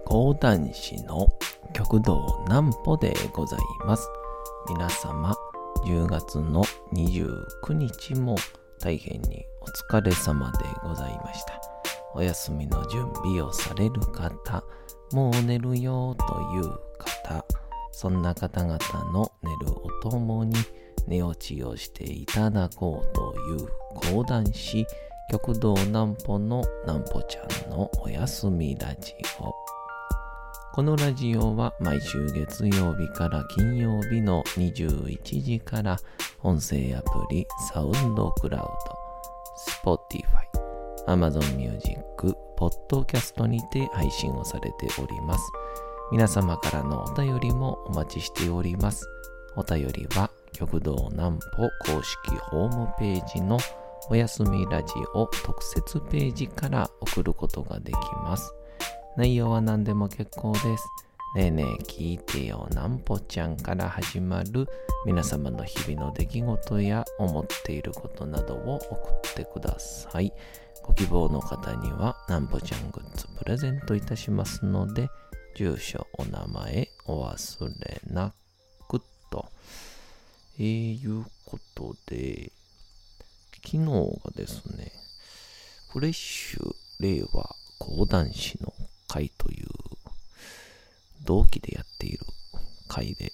講談師の極道南歩でございます。皆様10月の29日も大変にお疲れ様でございました。お休みの準備をされる方、もう寝るよという方、そんな方々の寝るおともに寝落ちをしていただこうという講談師極道南歩の南歩ちゃんのお休みラジオ。このラジオは毎週月曜日から金曜日の21時から音声アプリサウンドクラウド、Spotify、Amazon Music、ポッドキャストにて配信をされております。皆様からのお便りもお待ちしております。お便りは極道南歩公式ホームページのおやすみラジオ特設ページから送ることができます。内容は何でも結構です。ねえねえ聞いてよ南歩ちゃんから始まる皆様の日々の出来事や思っていることなどを送ってください。ご希望の方には南歩ちゃんグッズプレゼントいたしますので、住所お名前お忘れなくということで、昨日がですね、フレッシュ令和講談師の会という同期でやっている会で、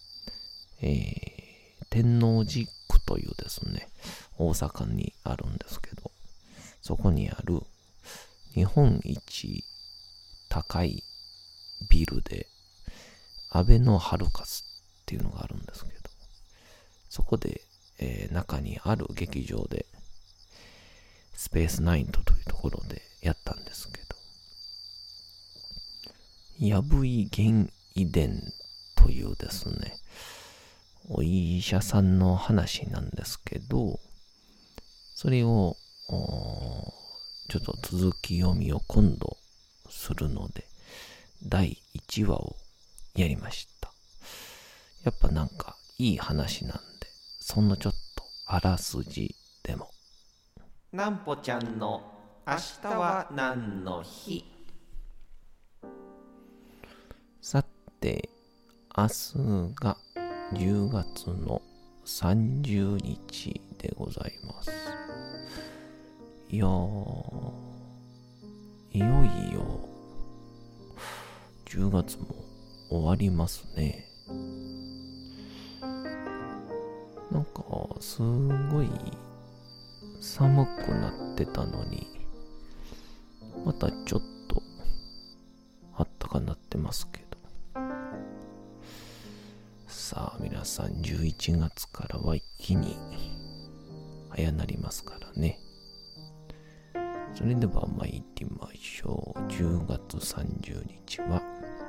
天王寺区というですね、大阪にあるんですけど、そこにある日本一高いビルでアベノハルカスっていうのがあるんですけど、そこで、中にある劇場でスペースナイントというところでやったんですけど、やぶい玄遺伝というですね、お医者さんの話なんですけど、それをちょっと続き読みを今度するので、第1話をやりました。やっぱなんかいい話なんで、そんなちょっとあらすじでも。南歩ちゃんの明日は何の日。さて、明日が10月の30日でございます。いよいよ10月も終わりますね。なんかすごい寒くなってたのに、またちょっとあったかなってますけど、さあ皆さん11月からは一気に早なりますからね。それでは参りましょう。10月30日は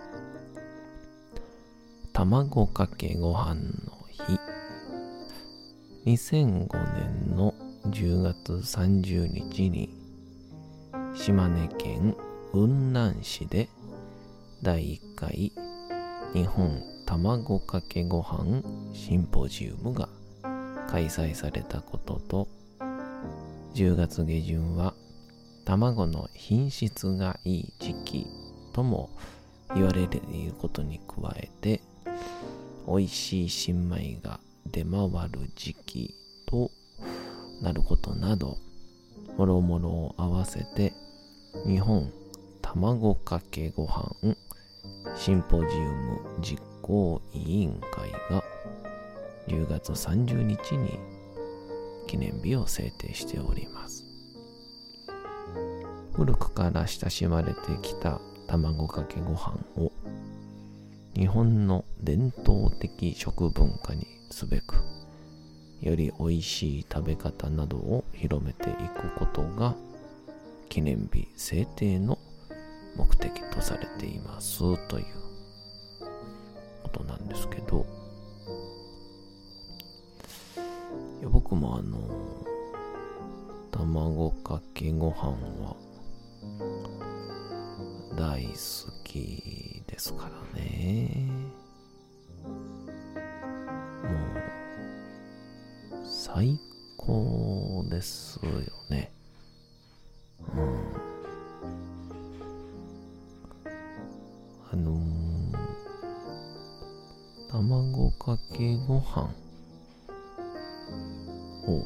卵かけご飯の日。2005年の10月30日に島根県雲南市で第1回日本卵かけご飯シンポジウムが開催されたことと、10月下旬は卵の品質がいい時期とも言われていることに加えて、美味しい新米が出回る時期となることなど、もろもろを合わせて日本卵かけご飯シンポジウム実行委員会が10月30日に記念日を制定しております。古くから親しまれてきた卵かけご飯を日本の伝統的食文化にすべく、より美味しい食べ方などを広めていくことが記念日制定の目的とされていますということなんですけど、いや僕も卵かけご飯は大好きですからね。もう最高ですよね。 卵かけご飯を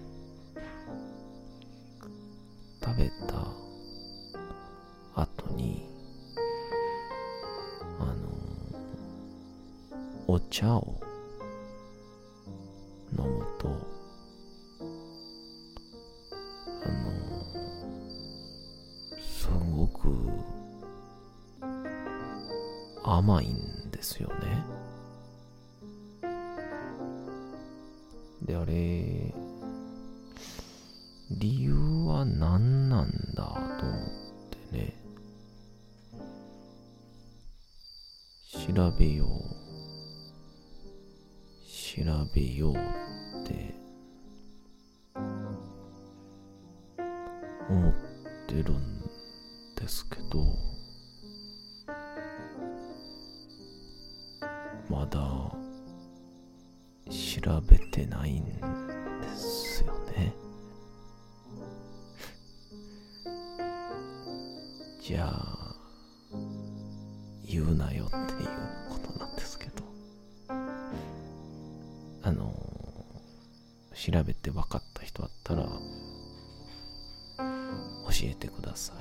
食べた後にお茶を飲むとすごく甘いんですよね。で、あれ理由は何なんだと思ってね、調べようって思ってるんですけど、まだ調べてないんですよね。じゃあ言うなよっていうことなんですけど、調べて分かった人あったら教えてください。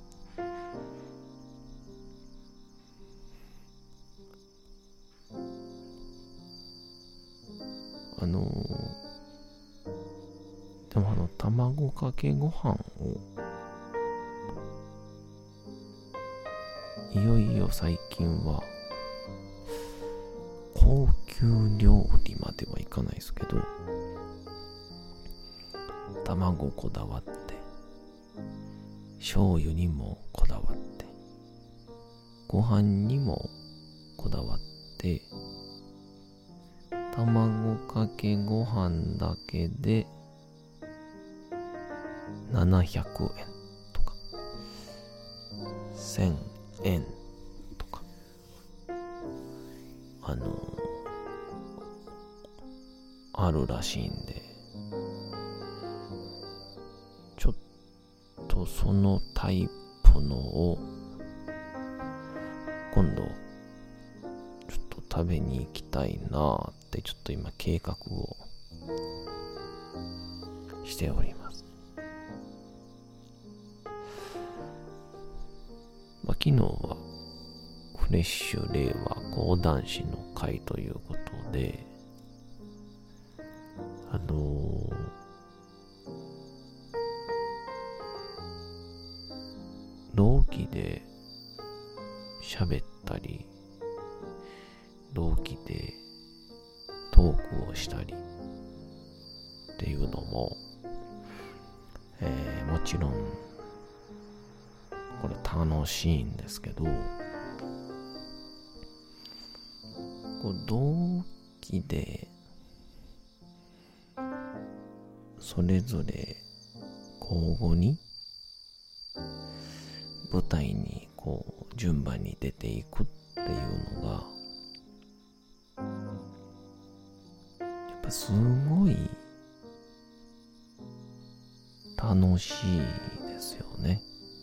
でも卵かけご飯をいよいよ最近は高級料理まではいかないですけど、卵こだわって、醤油にもこだわって、ご飯にもこだわって、卵かけご飯だけで700円とか1000円とかあるらしいんで、ちょっとそのタイプのを今度ちょっと食べに行きたいなーってちょっと今計画をしております。昨日はフレッシュ令和講談師の会ということで、同期で喋ったり、同期でトークをしたりっていうのも、もちろんこれ楽しいんですけど、同期でそれぞれ交互に舞台に順番に出ていくっていうのがやっぱすごい楽しいですよね。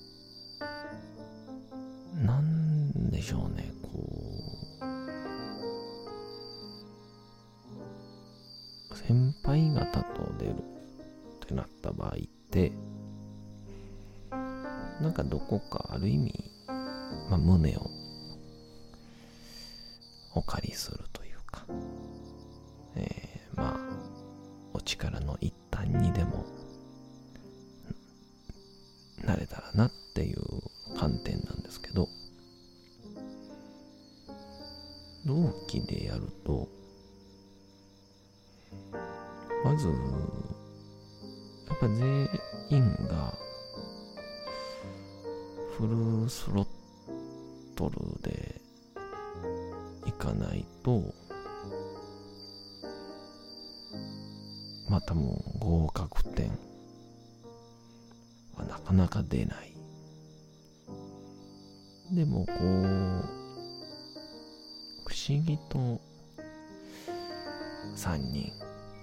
なんでしょうね、先輩方と出るってなった場合ってなんかどこかある意味、胸をお借りするというか、お力の一端にでもなれたらなっていう観点なんですけど、同期でやるとまずやっぱ全員がフルスロットルでいかないと多分合格点はなかなか出ない。でも不思議と3人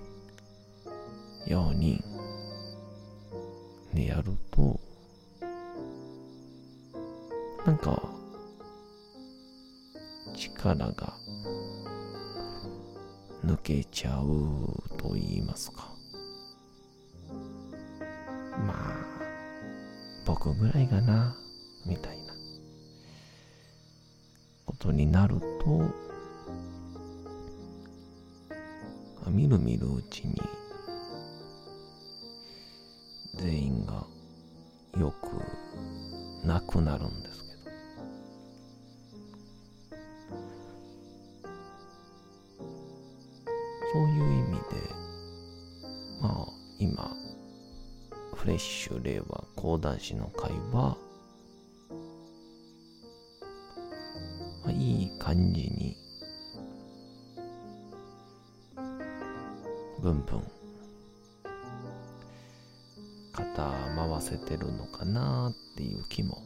4人でやるとなんか力が抜けちゃうと言いますか。まあ僕ぐらいがなみたいなことになると、みるみるうちに全員がよくなくなるんですけど、そういう意味で今フレッシュ令和講談師の会はいい感じにブンブン肩回せてるのかなっていう気も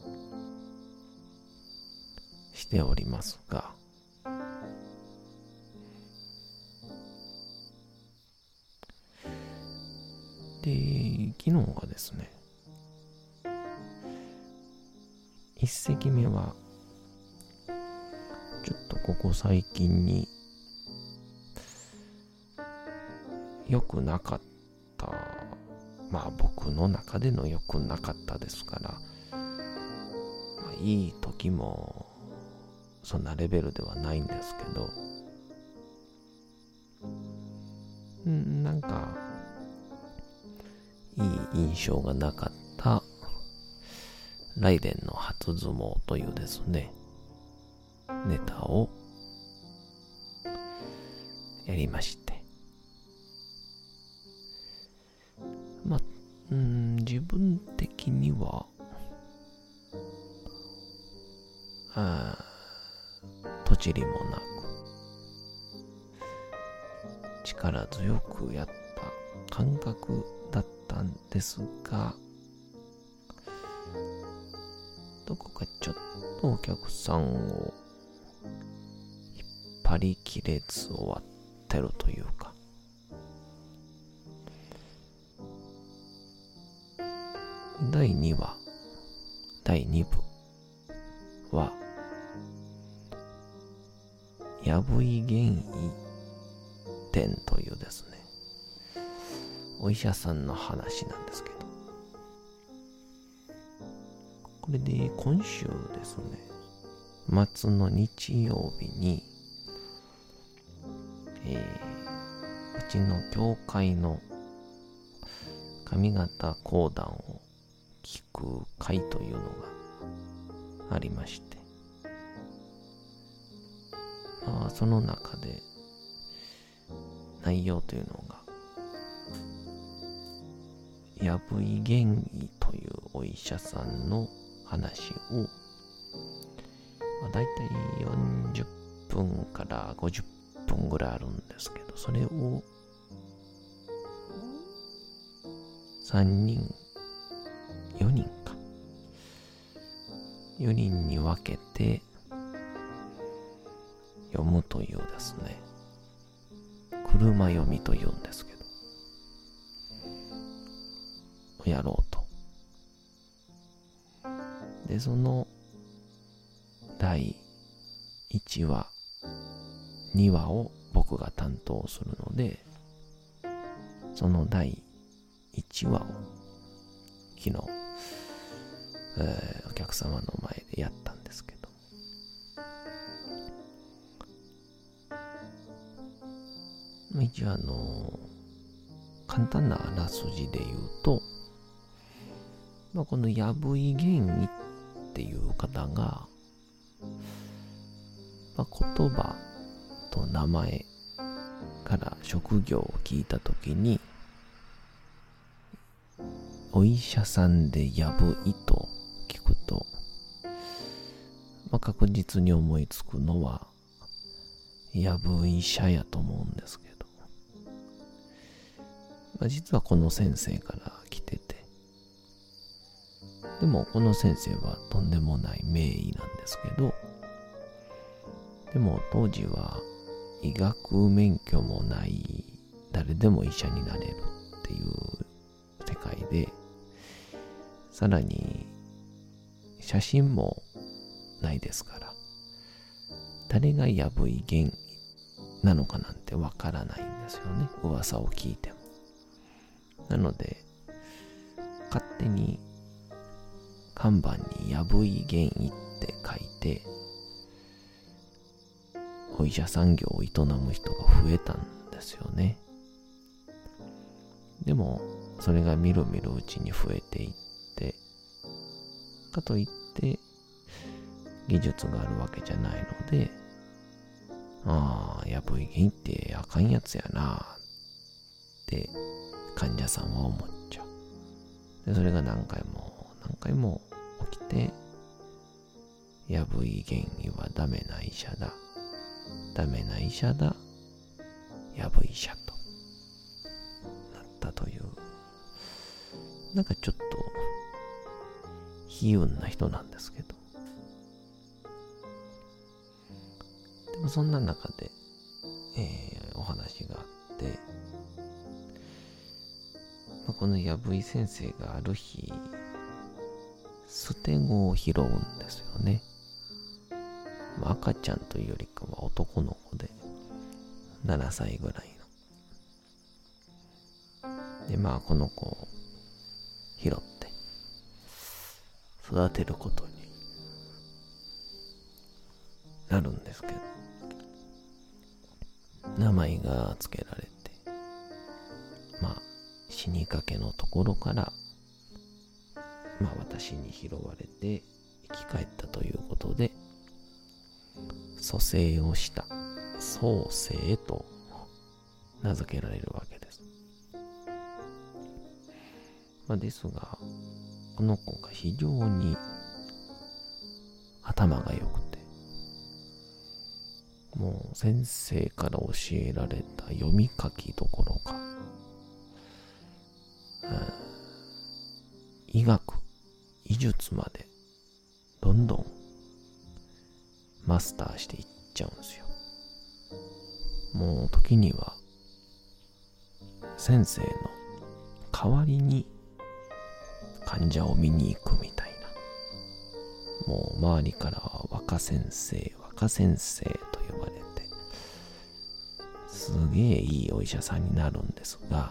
しておりますが、で昨日がですね、一席目はちょっとここ最近に良くなかった、僕の中での良くなかったですから、いい時もそんなレベルではないんですけど、なんかいい印象がなかった雷電の初相撲というですねネタをやりまして、自分的にはとちりもなく力強くやった感覚だったんですが、どこかちょっとお客さんを引っ張りきれず終わってるというか、第2部はやぶい玄医伝というですねお医者さんの話なんですけど、これで今週ですね末の日曜日にうちの教会の上方講談を聞く会というのがありまして、その中で内容というのがやぶい玄医というお医者さんの話を、だいたい40分から50分ぐらいあるんですけど、それを4人に分けて読むというですね車読みというんですけどやろうと。でその第1話2話を僕が担当するので、その第1話を昨日、お客様の前でやったんですけど、一応簡単なあらすじで言うと、このやぶい玄医っていう方が、言葉と名前から職業を聞いたときに、お医者さんでやぶいと聞くと、確実に思いつくのはやぶ医者やと思うんですけど、実はこの先生から来てて、でもこの先生はとんでもない名医なんですけど、でも当時は医学免許もない誰でも医者になれるっていう世界で、さらに写真もないですから、 誰がやぶい玄なのかなんてわからないんですよね。噂を聞いても。なので、勝手に看板にやぶい玄医って書いて、お医者さん業を営む人が増えたんですよね。でも、それがみるみるうちに増えていって、かといって、技術があるわけじゃないので、やぶい玄ってあかんやつやなって患者さんは思っちゃう。で、それが何回も起きて、やぶい玄医はダメな医者だ。ダメな医者だ。やぶ医者となったという、なんかちょっと悲運な人なんですけど、でもそんな中で、お話があって、このやぶい先生がある日捨て子を拾うんですよね。赤ちゃんというよりかは男の子で7歳ぐらいの。で、この子を拾って育てることになるんですけど、名前が付けられて、死にかけのところから私に拾われて生き返ったということで、蘇生をした蘇生と名付けられるわけです。ですが、この子が非常に頭が良くて、もう先生から教えられた読み書きどころか、医学、医術までどんどんマスターしていっちゃうんですよ。もう時には先生の代わりに患者を見に行くみたいな、もう周りからは若先生と呼ばれて、すげえいいお医者さんになるんですが、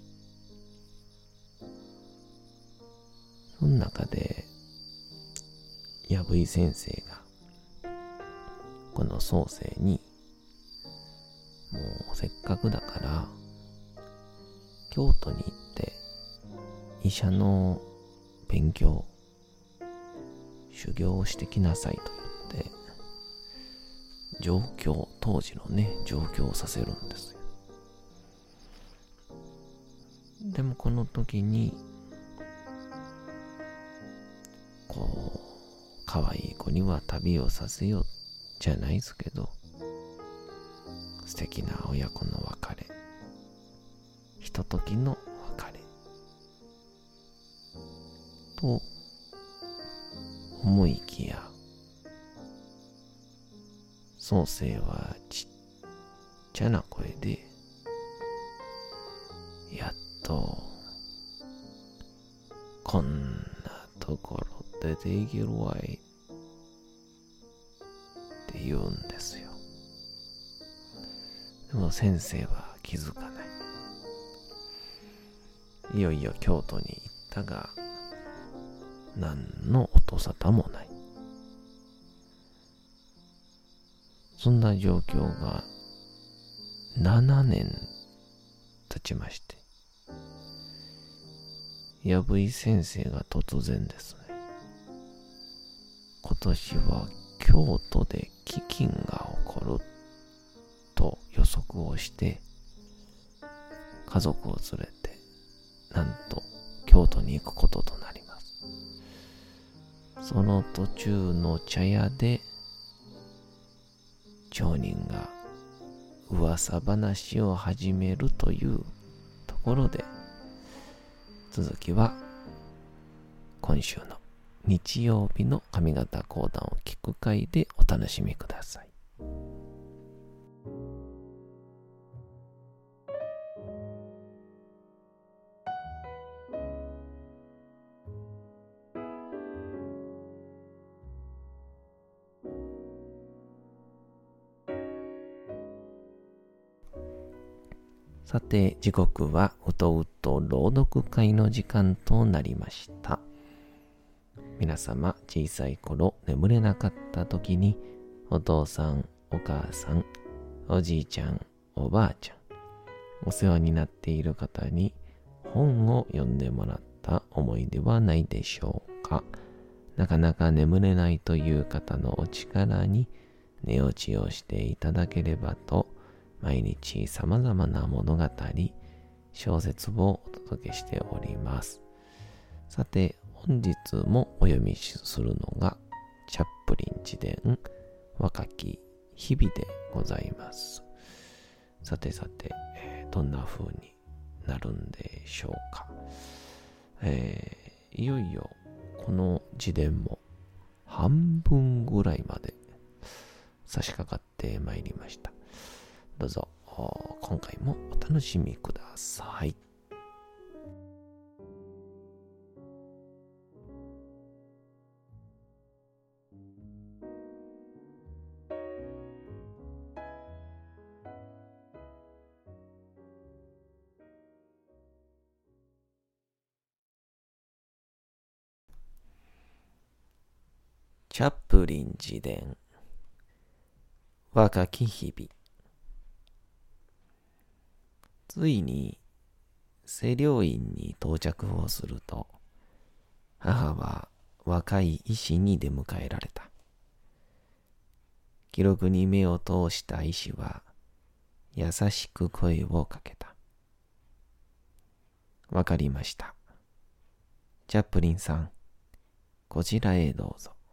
その中でやぶい先生がこの蘇生に、もうせっかくだから京都に行って医者の勉強修行をしてきなさいと言って当時の上京をさせるんですよ。でもこの時に可愛い子には旅をさせようじゃないですけど、素敵な親子の別れ、ひとときの別れと思いきや、蘇生はちっちゃな声で、やっとこんなところでできるわいって言うんですよ。でも先生は気づかない。いよいよ京都に行ったが、何の音沙汰もない。そんな状況が7年経ちまして、やぶい先生が突然ですね、今年は京都で飢饉が起こると予測をして、家族を連れてなんと京都に行くこととなります。その途中の茶屋で町人が噂話を始めるというところで、続きは今週の日曜日の上方講談を聞く会でお楽しみください。 さて、時刻はうとうと朗読会の時間となりました。皆様、小さい頃眠れなかった時に、お父さん、お母さん、おじいちゃん、おばあちゃん、お世話になっている方に本を読んでもらった思い出はないでしょうか。なかなか眠れないという方のお力に寝落ちをしていただければと、毎日様々な物語、小説をお届けしております。さて、本日もお読みするのが、チャップリン自伝、若き日々でございます。さて、どんな風になるんでしょうか。いよいよこの自伝も半分ぐらいまで差し掛かってまいりました。どうぞ今回もお楽しみください。チャップリン自伝、若き日々。ついに清涼院に到着をすると、母は若い医師に出迎えられた。記録に目を通した医師は優しく声をかけた。わかりました。チャップリンさん、こちらへどうぞ。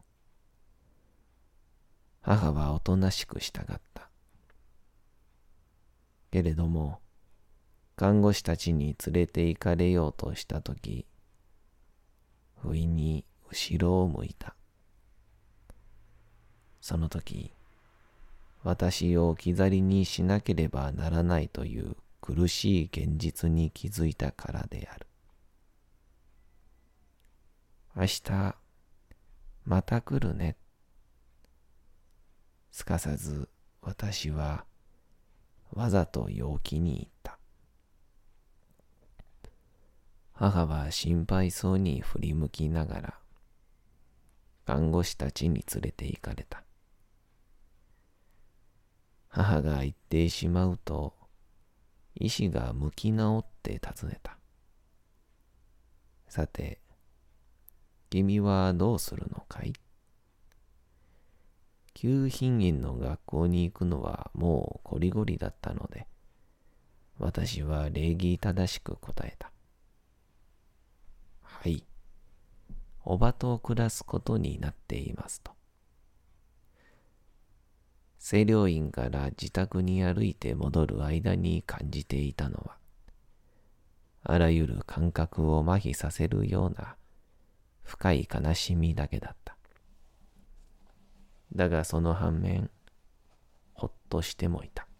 母はおとなしく従った。けれども、看護師たちに連れて行かれようとしたとき、不意に後ろを向いた。その時、私を置き去りにしなければならないという苦しい現実に気づいたからである。明日、また来るね。すかさず私はわざと陽気に言った。母は心配そうに振り向きながら看護師たちに連れて行かれた。母が行ってしまうと医師が向き直って尋ねた。さて、君はどうするのかい？旧賓院の学校に行くのはもうこりごりだったので、私は礼儀正しく答えた。はい、おばと暮らすことになっていますと。清涼院から自宅に歩いて戻る間に感じていたのは、あらゆる感覚を麻痺させるような深い悲しみだけだった。だがその反面、ほっとしてもいた。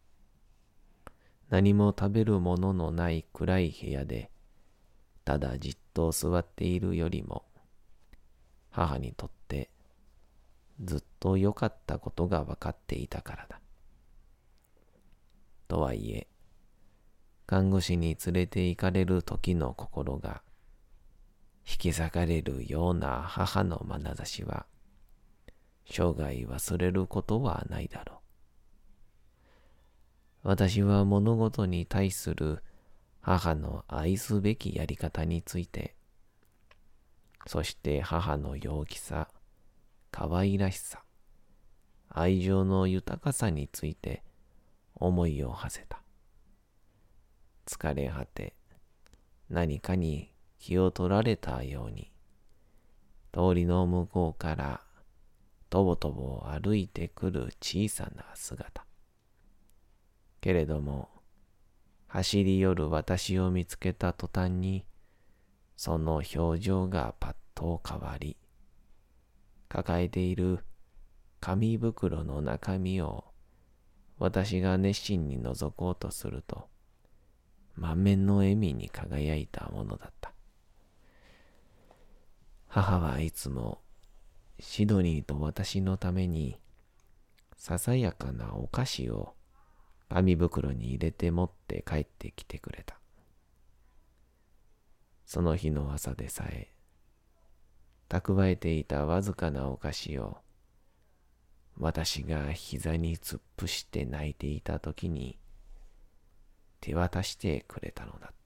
何も食べるもののない暗い部屋で、ただじっと座っているよりも、母にとってずっと良かったことが分かっていたからだ。とはいえ、看護師に連れて行かれる時の心が引き裂かれるような母の眼差しは、生涯忘れることはないだろう。私は物事に対する母の愛すべきやり方について、そして母の陽気さ、可愛らしさ、愛情の豊かさについて思いを馳せた。疲れ果て、何かに気を取られたように、通りの向こうからとぼとぼ歩いてくる小さな姿。けれども、走り寄る私を見つけた途端に、その表情がパッと変わり、抱えている紙袋の中身を私が熱心に覗こうとすると、満面の笑みに輝いたものだった。母はいつもシドニーと私のためにささやかなお菓子を紙袋に入れて持って帰ってきてくれた。その日の朝でさえ、蓄えていたわずかなお菓子を、私が膝に突っ伏して泣いていた時に手渡してくれたのだった。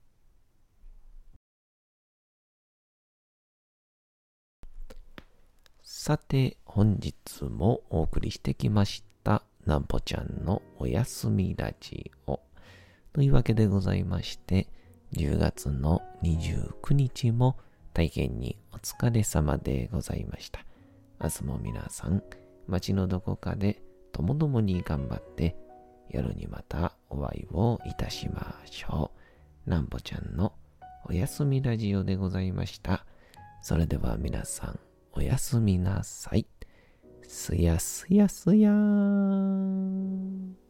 さて、本日もお送りしてきましたなんぽちゃんのおやすみラジオというわけでございまして、10月の29日も大変にお疲れ様でございました。明日も皆さん、街のどこかでともどもに頑張って、夜にまたお会いをいたしましょう。なんぽちゃんのおやすみラジオでございました。それでは皆さん、おやすみなさい。すやすやすやーん。